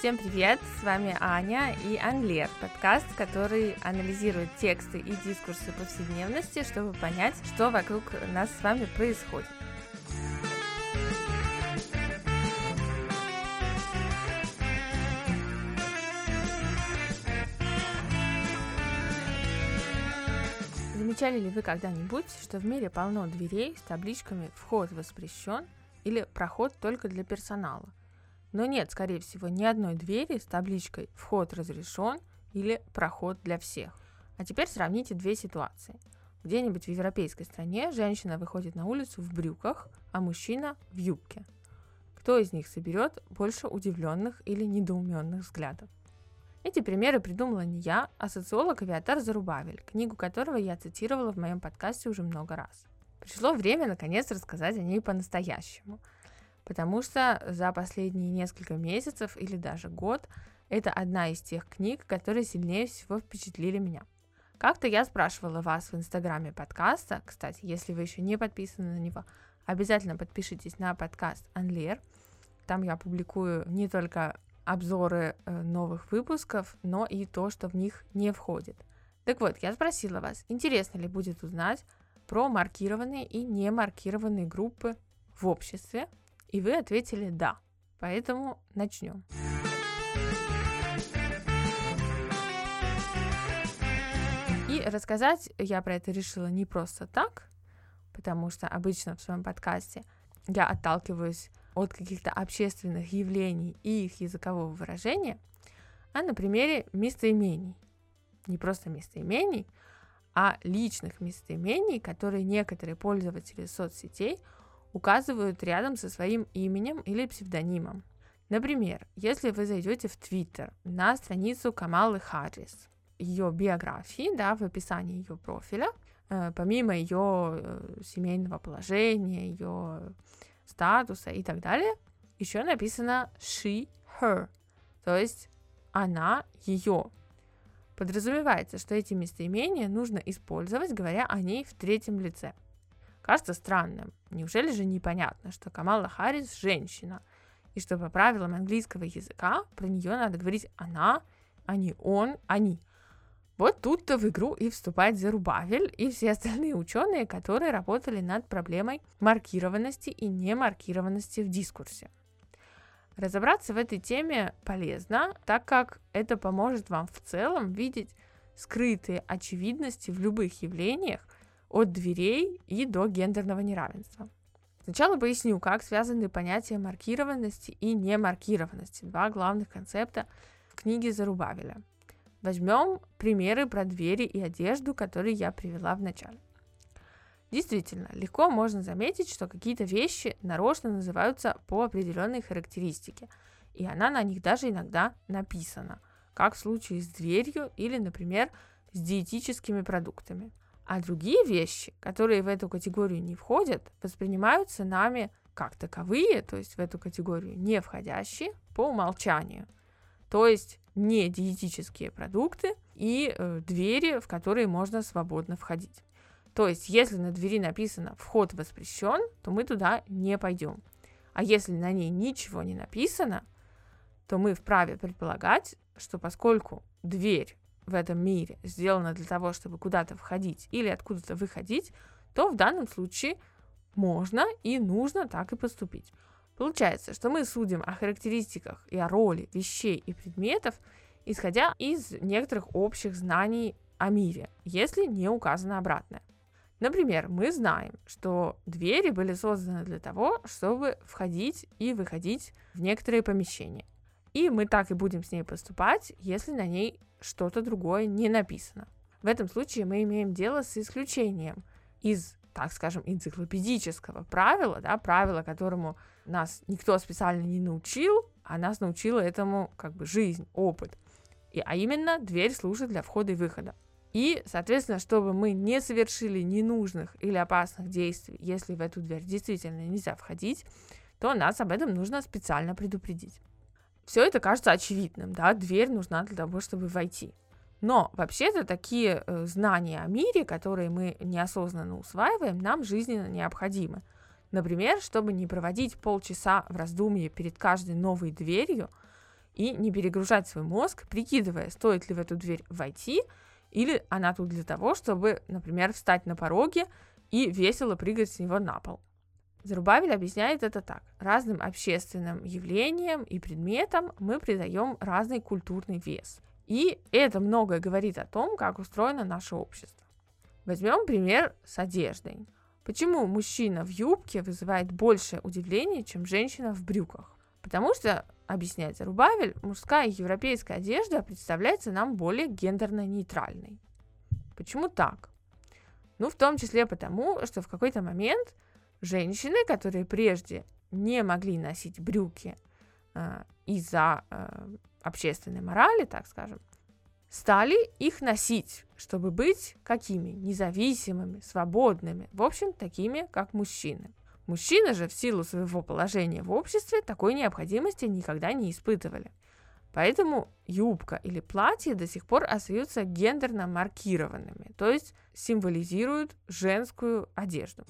Всем привет! С вами Аня и Анлер, подкаст, который анализирует тексты и дискурсы повседневности, чтобы понять, что вокруг нас с вами происходит. Замечали ли вы когда-нибудь, что в мире полно дверей с табличками «Вход воспрещен» или «Проход только для персонала»? Но нет, скорее всего, ни одной двери с табличкой «Вход разрешен» или «Проход для всех». А теперь сравните две ситуации. Где-нибудь в европейской стране женщина выходит на улицу в брюках, а мужчина в юбке. Кто из них соберет больше удивленных или недоуменных взглядов? Эти примеры придумала не я, а социолог Авиатар Зарубавель, книгу которого я цитировала в моем подкасте уже много раз. Пришло время, наконец, рассказать о ней по-настоящему. Потому что за последние несколько месяцев или даже год это одна из тех книг, которые сильнее всего впечатлили меня. Как-то я спрашивала вас в инстаграме подкаста, кстати, если вы еще не подписаны на него, обязательно подпишитесь на подкаст Анлер, там я публикую не только обзоры новых выпусков, но и то, что в них не входит. Так вот, я спросила вас, интересно ли будет узнать про маркированные и не маркированные группы в обществе, и вы ответили «да». Поэтому начнем. И рассказать я про это решила не просто так, потому что обычно в своем подкасте я отталкиваюсь от каких-то общественных явлений и их языкового выражения, а на примере местоимений. Не просто местоимений, а личных местоимений, которые некоторые пользователи соцсетей указывают рядом со своим именем или псевдонимом. Например, если вы зайдете в Твиттер на страницу Камалы Харрис, ее биографии, в описании ее профиля, помимо ее семейного положения, ее статуса и так далее, еще написано she, her, то есть она, ее. Подразумевается, что эти местоимения нужно использовать, говоря о ней в третьем лице. Кажется странным. Неужели же непонятно, что Камала Харрис женщина, и что по правилам английского языка про нее надо говорить она, а не он, они. Вот тут-то в игру и вступает Зарубавель и все остальные ученые, которые работали над проблемой маркированности и немаркированности в дискурсе. Разобраться в этой теме полезно, так как это поможет вам в целом видеть скрытые очевидности в любых явлениях, от дверей и до гендерного неравенства. Сначала поясню, как связаны понятия маркированности и немаркированности, два главных концепта в книге Зарубавеля. Возьмем примеры про двери и одежду, которые я привела в начале. Действительно, легко можно заметить, что какие-то вещи нарочно называются по определенной характеристике, и она на них даже иногда написана, как в случае с дверью или, например, с диетическими продуктами. А другие вещи, которые в эту категорию не входят, воспринимаются нами как таковые, то есть в эту категорию не входящие по умолчанию. То есть не диетические продукты и двери, в которые можно свободно входить. То есть если на двери написано «Вход воспрещен», то мы туда не пойдем. А если на ней ничего не написано, то мы вправе предполагать, что поскольку дверь в этом мире сделано для того, чтобы куда-то входить или откуда-то выходить, то в данном случае можно и нужно так и поступить. Получается, что мы судим о характеристиках и о роли вещей и предметов, исходя из некоторых общих знаний о мире, если не указано обратное. Например, мы знаем, что двери были созданы для того, чтобы входить и выходить в некоторые помещения. И мы так и будем с ней поступать, если на ней что-то другое не написано. В этом случае мы имеем дело с исключением из, так скажем, энциклопедического правила, правила, которому нас никто специально не научил, а нас научила этому жизнь, опыт. А именно, дверь служит для входа и выхода. И, соответственно, чтобы мы не совершили ненужных или опасных действий, если в эту дверь действительно нельзя входить, то нас об этом нужно специально предупредить. Все это кажется очевидным, дверь нужна для того, чтобы войти. Но вообще-то такие знания о мире, которые мы неосознанно усваиваем, нам жизненно необходимы. Например, чтобы не проводить полчаса в раздумье перед каждой новой дверью и не перегружать свой мозг, прикидывая, стоит ли в эту дверь войти, или она тут для того, чтобы, например, встать на пороге и весело прыгать с него на пол. Зарубавель объясняет это так. Разным общественным явлениям и предметам мы придаем разный культурный вес. И это многое говорит о том, как устроено наше общество. Возьмем пример с одеждой. Почему мужчина в юбке вызывает большее удивление, чем женщина в брюках? Потому что, объясняет Зарубавель, мужская европейская одежда представляется нам более гендерно нейтральной. Почему так? В том числе потому, что в какой-то момент женщины, которые прежде не могли носить брюки из-за общественной морали, так скажем, стали их носить, чтобы быть какими? Независимыми, свободными, в общем, такими, как мужчины. Мужчины же в силу своего положения в обществе такой необходимости никогда не испытывали. Поэтому юбка или платье до сих пор остаются гендерно маркированными, то есть символизируют женскую одежду.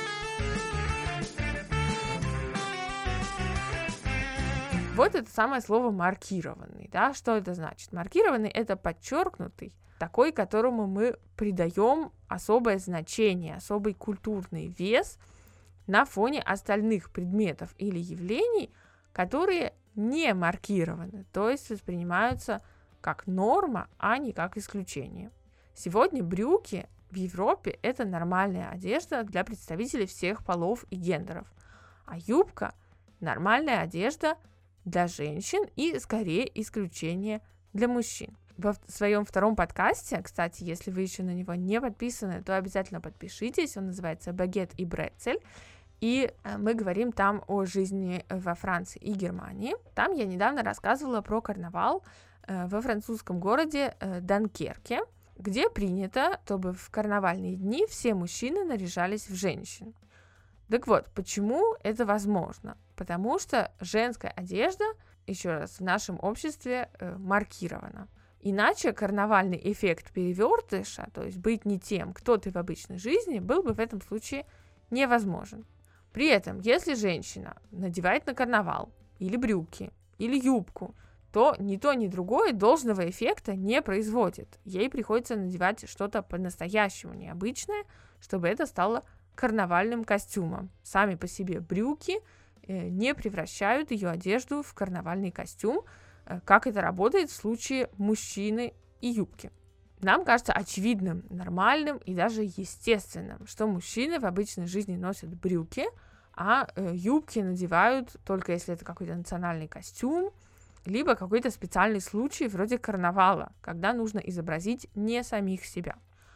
Вот это самое слово «маркированный». Да? Что это значит? Маркированный – это подчеркнутый, такой, которому мы придаем особое значение, особый культурный вес на фоне остальных предметов или явлений, которые не маркированы, то есть воспринимаются как норма, а не как исключение. Сегодня брюки в Европе – это нормальная одежда для представителей всех полов и гендеров, а юбка – нормальная одежда для женщин и, скорее, исключение для мужчин. Во своем втором подкасте, кстати, если вы еще на него не подписаны, то обязательно подпишитесь, он называется «Багет и Брецель», и мы говорим там о жизни во Франции и Германии. Там я недавно рассказывала про карнавал во французском городе Данкерке, где принято, чтобы в карнавальные дни все мужчины наряжались в женщин. Так вот, почему это возможно? Потому что женская одежда, еще раз, в нашем обществе маркирована. Иначе карнавальный эффект перевертыша, то есть быть не тем, кто ты в обычной жизни, был бы в этом случае невозможен. При этом, если женщина надевает на карнавал или брюки, или юбку, то ни другое должного эффекта не производит. Ей приходится надевать что-то по-настоящему необычное, чтобы это стало карнавальным костюмом. Сами по себе брюки не превращают ее одежду в карнавальный костюм, как это работает в случае мужчины и юбки. Нам кажется очевидным, нормальным и даже естественным, что мужчины в обычной жизни носят брюки, а юбки надевают только если это какой-то национальный костюм, либо какой-то специальный случай вроде карнавала, когда нужно изобразить не самих себя.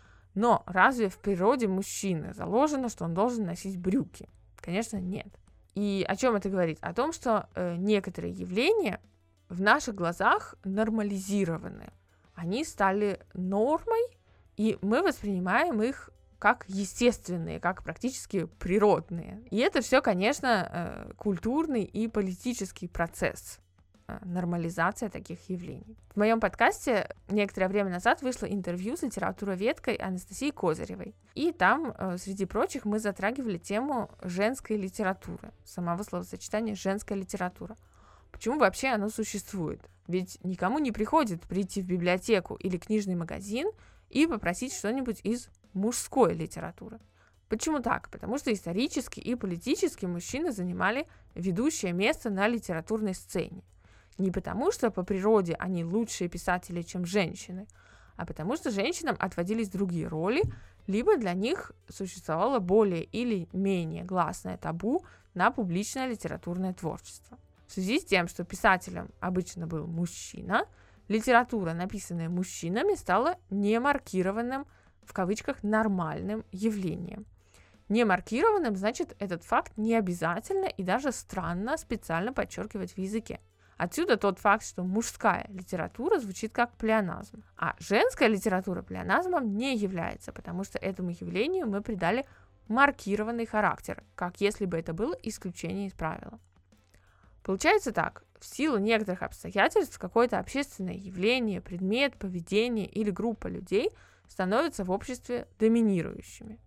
Но разве в природе мужчины заложено, что он должен носить брюки? Конечно, нет. И о чем это говорит? О том, что некоторые явления в наших глазах нормализированы. Они стали нормой, и мы воспринимаем их как естественные, как практически природные. И это все, конечно, культурный и политический процесс, нормализация таких явлений. В моем подкасте некоторое время назад вышло интервью с литературоведкой Анастасией Козыревой. И там, среди прочих, мы затрагивали тему женской литературы, самого словосочетания «женская литература». Почему вообще оно существует? Ведь никому не приходит прийти в библиотеку или книжный магазин и попросить что-нибудь из мужской литературы. Почему так? Потому что исторически и политически мужчины занимали ведущее место на литературной сцене. Не потому, что по природе они лучшие писатели, чем женщины, а потому что женщинам отводились другие роли, либо для них существовало более или менее гласное табу на публичное литературное творчество. В связи с тем, что писателем обычно был мужчина, литература, написанная мужчинами, стала немаркированным, в кавычках, нормальным явлением. Немаркированным, значит, этот факт не обязательно и даже странно специально подчеркивать в языке. Отсюда тот факт, что мужская литература звучит как плеоназм, а женская литература плеоназмом не является, потому что этому явлению мы придали маркированный характер, как если бы это было исключение из правила. Получается так, в силу некоторых обстоятельств какое-то общественное явление, предмет, поведение или группа людей становятся в обществе доминирующими.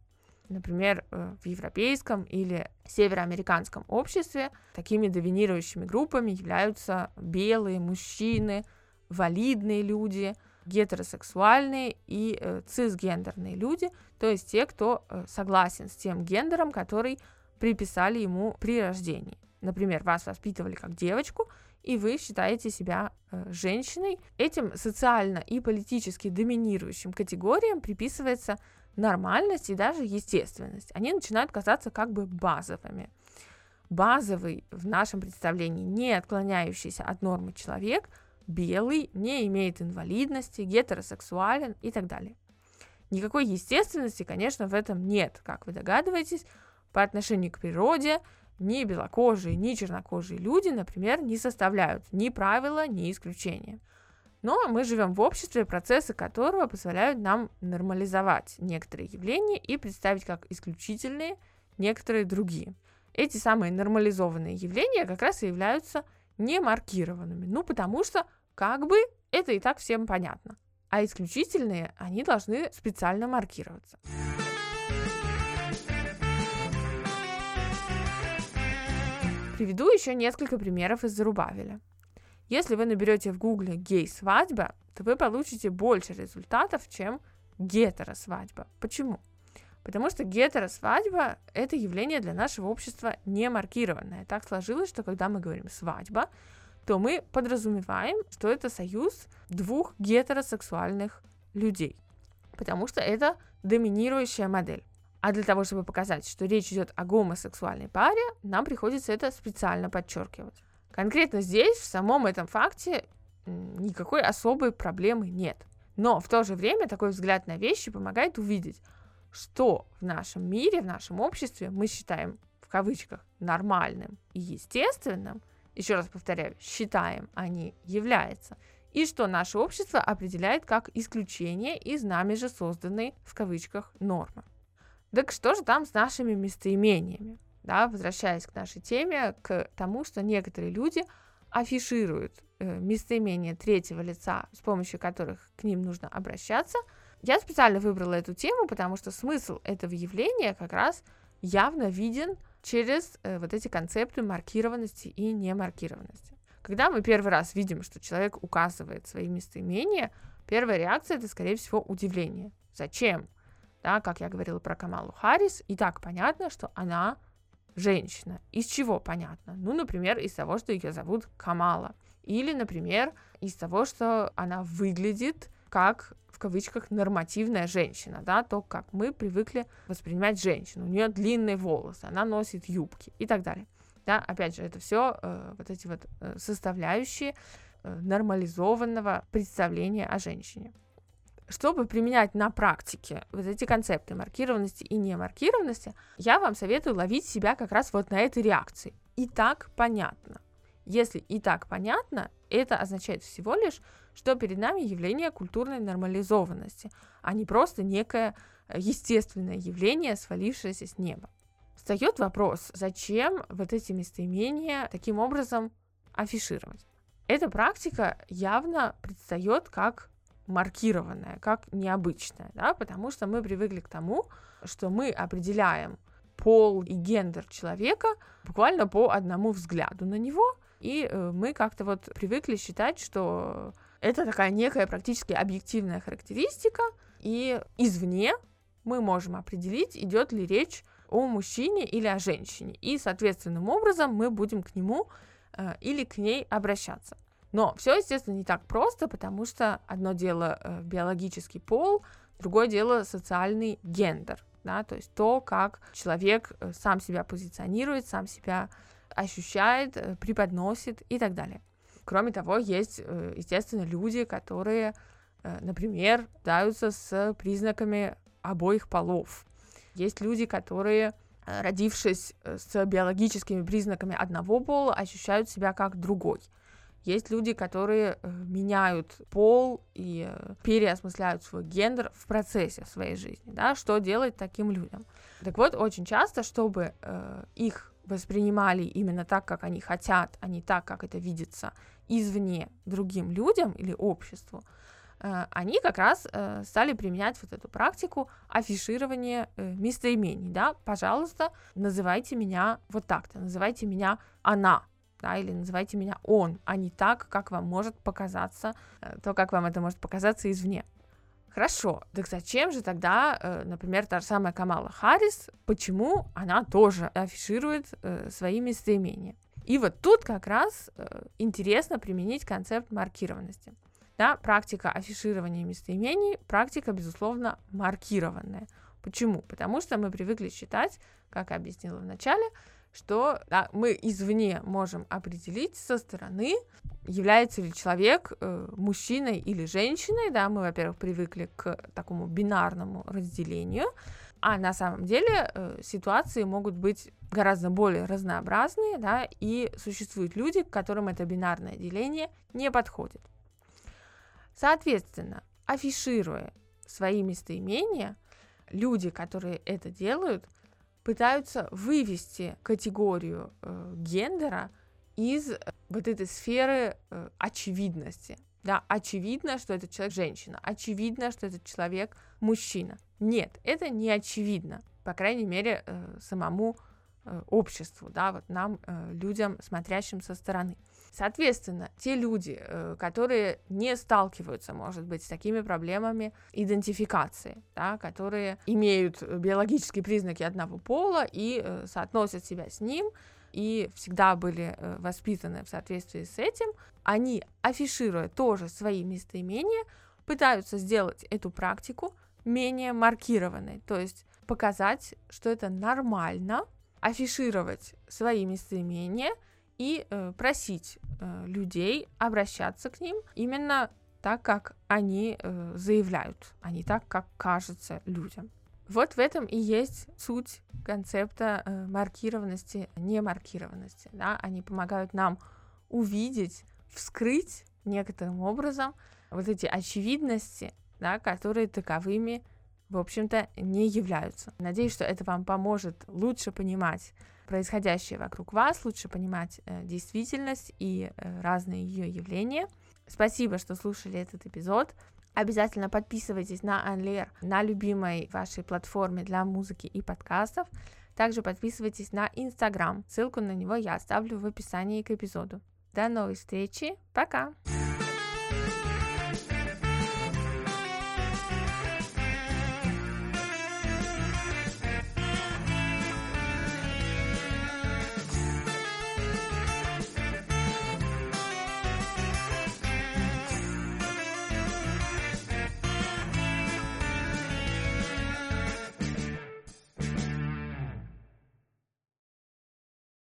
Например, в европейском или североамериканском обществе такими доминирующими группами являются белые мужчины, валидные люди, гетеросексуальные и цисгендерные люди, то есть те, кто согласен с тем гендером, который приписали ему при рождении. Например, вас воспитывали как девочку, и вы считаете себя женщиной. Этим социально и политически доминирующим категориям приписывается нормальность и даже естественность. Они начинают казаться как бы базовыми. Базовый в нашем представлении, не отклоняющийся от нормы человек, белый, не имеет инвалидности, гетеросексуален и так далее. Никакой естественности, конечно, в этом нет, как вы догадываетесь, по отношению к природе. Ни белокожие, ни чернокожие люди, например, не составляют ни правила, ни исключения. Но мы живем в обществе, процессы которого позволяют нам нормализовать некоторые явления и представить как исключительные некоторые другие. Эти самые нормализованные явления как раз и являются немаркированными, потому что как бы это и так всем понятно. А исключительные, они должны специально маркироваться. Приведу еще несколько примеров из Зарубавеля. Если вы наберете в гугле «гей-свадьба», то вы получите больше результатов, чем гетеросвадьба. Почему? Потому что гетеросвадьба – это явление для нашего общества не маркированное. Так сложилось, что когда мы говорим «свадьба», то мы подразумеваем, что это союз двух гетеросексуальных людей, потому что это доминирующая модель. А для того, чтобы показать, что речь идет о гомосексуальной паре, нам приходится это специально подчеркивать. Конкретно здесь, в самом этом факте, никакой особой проблемы нет. Но в то же время такой взгляд на вещи помогает увидеть, что в нашем мире, в нашем обществе мы считаем, в кавычках, нормальным и естественным, еще раз повторяю, считаем, а не является, и что наше общество определяет как исключение из нами же созданной, в кавычках, нормы. Так что же там с нашими местоимениями? Да, возвращаясь к нашей теме, к тому, что некоторые люди афишируют местоимения третьего лица, с помощью которых к ним нужно обращаться. Я специально выбрала эту тему, потому что смысл этого явления как раз явно виден через вот эти концепты маркированности и немаркированности. Когда мы первый раз видим, что человек указывает свои местоимения, первая реакция – это, скорее всего, удивление. Зачем? Да, как я говорила про Камалу Харрис, и так понятно, что она женщина. Из чего понятно? Например, из того, что ее зовут Камала. Или, например, из того, что она выглядит как, в кавычках, нормативная женщина, да, то, как мы привыкли воспринимать женщину. У нее длинные волосы, она носит юбки и так далее. Да, опять же, это все вот эти вот составляющие нормализованного представления о женщине. Чтобы применять на практике вот эти концепты маркированности и немаркированности, я вам советую ловить себя как раз вот на этой реакции. И так понятно. Если и так понятно, это означает всего лишь, что перед нами явление культурной нормализованности, а не просто некое естественное явление, свалившееся с неба. Встает вопрос, зачем вот эти местоимения таким образом афишировать? Эта практика явно предстает как маркированная, как необычная, да, потому что мы привыкли к тому, что мы определяем пол и гендер человека буквально по одному взгляду на него, и мы как-то вот привыкли считать, что это такая некая практически объективная характеристика, и извне мы можем определить, идет ли речь о мужчине или о женщине, и соответственным образом мы будем к нему или к ней обращаться. Но все, естественно, не так просто, потому что одно дело биологический пол, другое дело социальный гендер, да, то есть то, как человек сам себя позиционирует, сам себя ощущает, преподносит и так далее. Кроме того, есть, естественно, люди, которые, например, рождаются с признаками обоих полов. Есть люди, которые, родившись с биологическими признаками одного пола, ощущают себя как другой. Есть люди, которые меняют пол и переосмысляют свой гендер в процессе своей жизни. Да? Что делать таким людям? Так вот, очень часто, чтобы их воспринимали именно так, как они хотят, а не так, как это видится извне другим людям или обществу, они как раз стали применять вот эту практику афиширования местоимений, да, пожалуйста, называйте меня вот так-то, называйте меня она, да, или называйте меня он, а не так, как вам может показаться, то, как вам это может показаться извне. Хорошо, так зачем же тогда, например, та же самая Камала Харрис, почему она тоже афиширует свои местоимения? И вот тут как раз интересно применить концепт маркированности. Да, практика афиширования местоимений, практика, безусловно, маркированная. Почему? Потому что мы привыкли считать, как я объяснила в начале, что да, мы извне можем определить со стороны, является ли человек мужчиной или женщиной. Да, мы, во-первых, привыкли к такому бинарному разделению, а на самом деле ситуации могут быть гораздо более разнообразные, да, и существуют люди, к которым это бинарное деление не подходит. Соответственно, афишируя свои местоимения, люди, которые это делают, пытаются вывести категорию гендера из вот этой сферы очевидности. Да, очевидно, что этот человек женщина, очевидно, что этот человек мужчина. Нет, это не очевидно, по крайней мере, самому обществу, да, вот нам, людям, смотрящим со стороны. Соответственно, те люди, которые не сталкиваются, может быть, с такими проблемами идентификации, да, которые имеют биологические признаки одного пола и соотносят себя с ним, и всегда были воспитаны в соответствии с этим, они, афишируя тоже свои местоимения, пытаются сделать эту практику менее маркированной, то есть показать, что это нормально, афишировать свои местоимения и просить людей обращаться к ним именно так, как они заявляют, а не так, как кажется людям. Вот в этом и есть суть концепта маркированности, немаркированности. Да? Они помогают нам увидеть, вскрыть некоторым образом вот эти очевидности, да, которые таковыми, в общем-то, не являются. Надеюсь, что это вам поможет лучше понимать происходящее вокруг вас, лучше понимать действительность и разные ее явления. Спасибо, что слушали этот эпизод. Обязательно подписывайтесь на Unlayer на любимой вашей платформе для музыки и подкастов. Также подписывайтесь на Instagram. Ссылку на него я оставлю в описании к эпизоду. До новой встречи. Пока!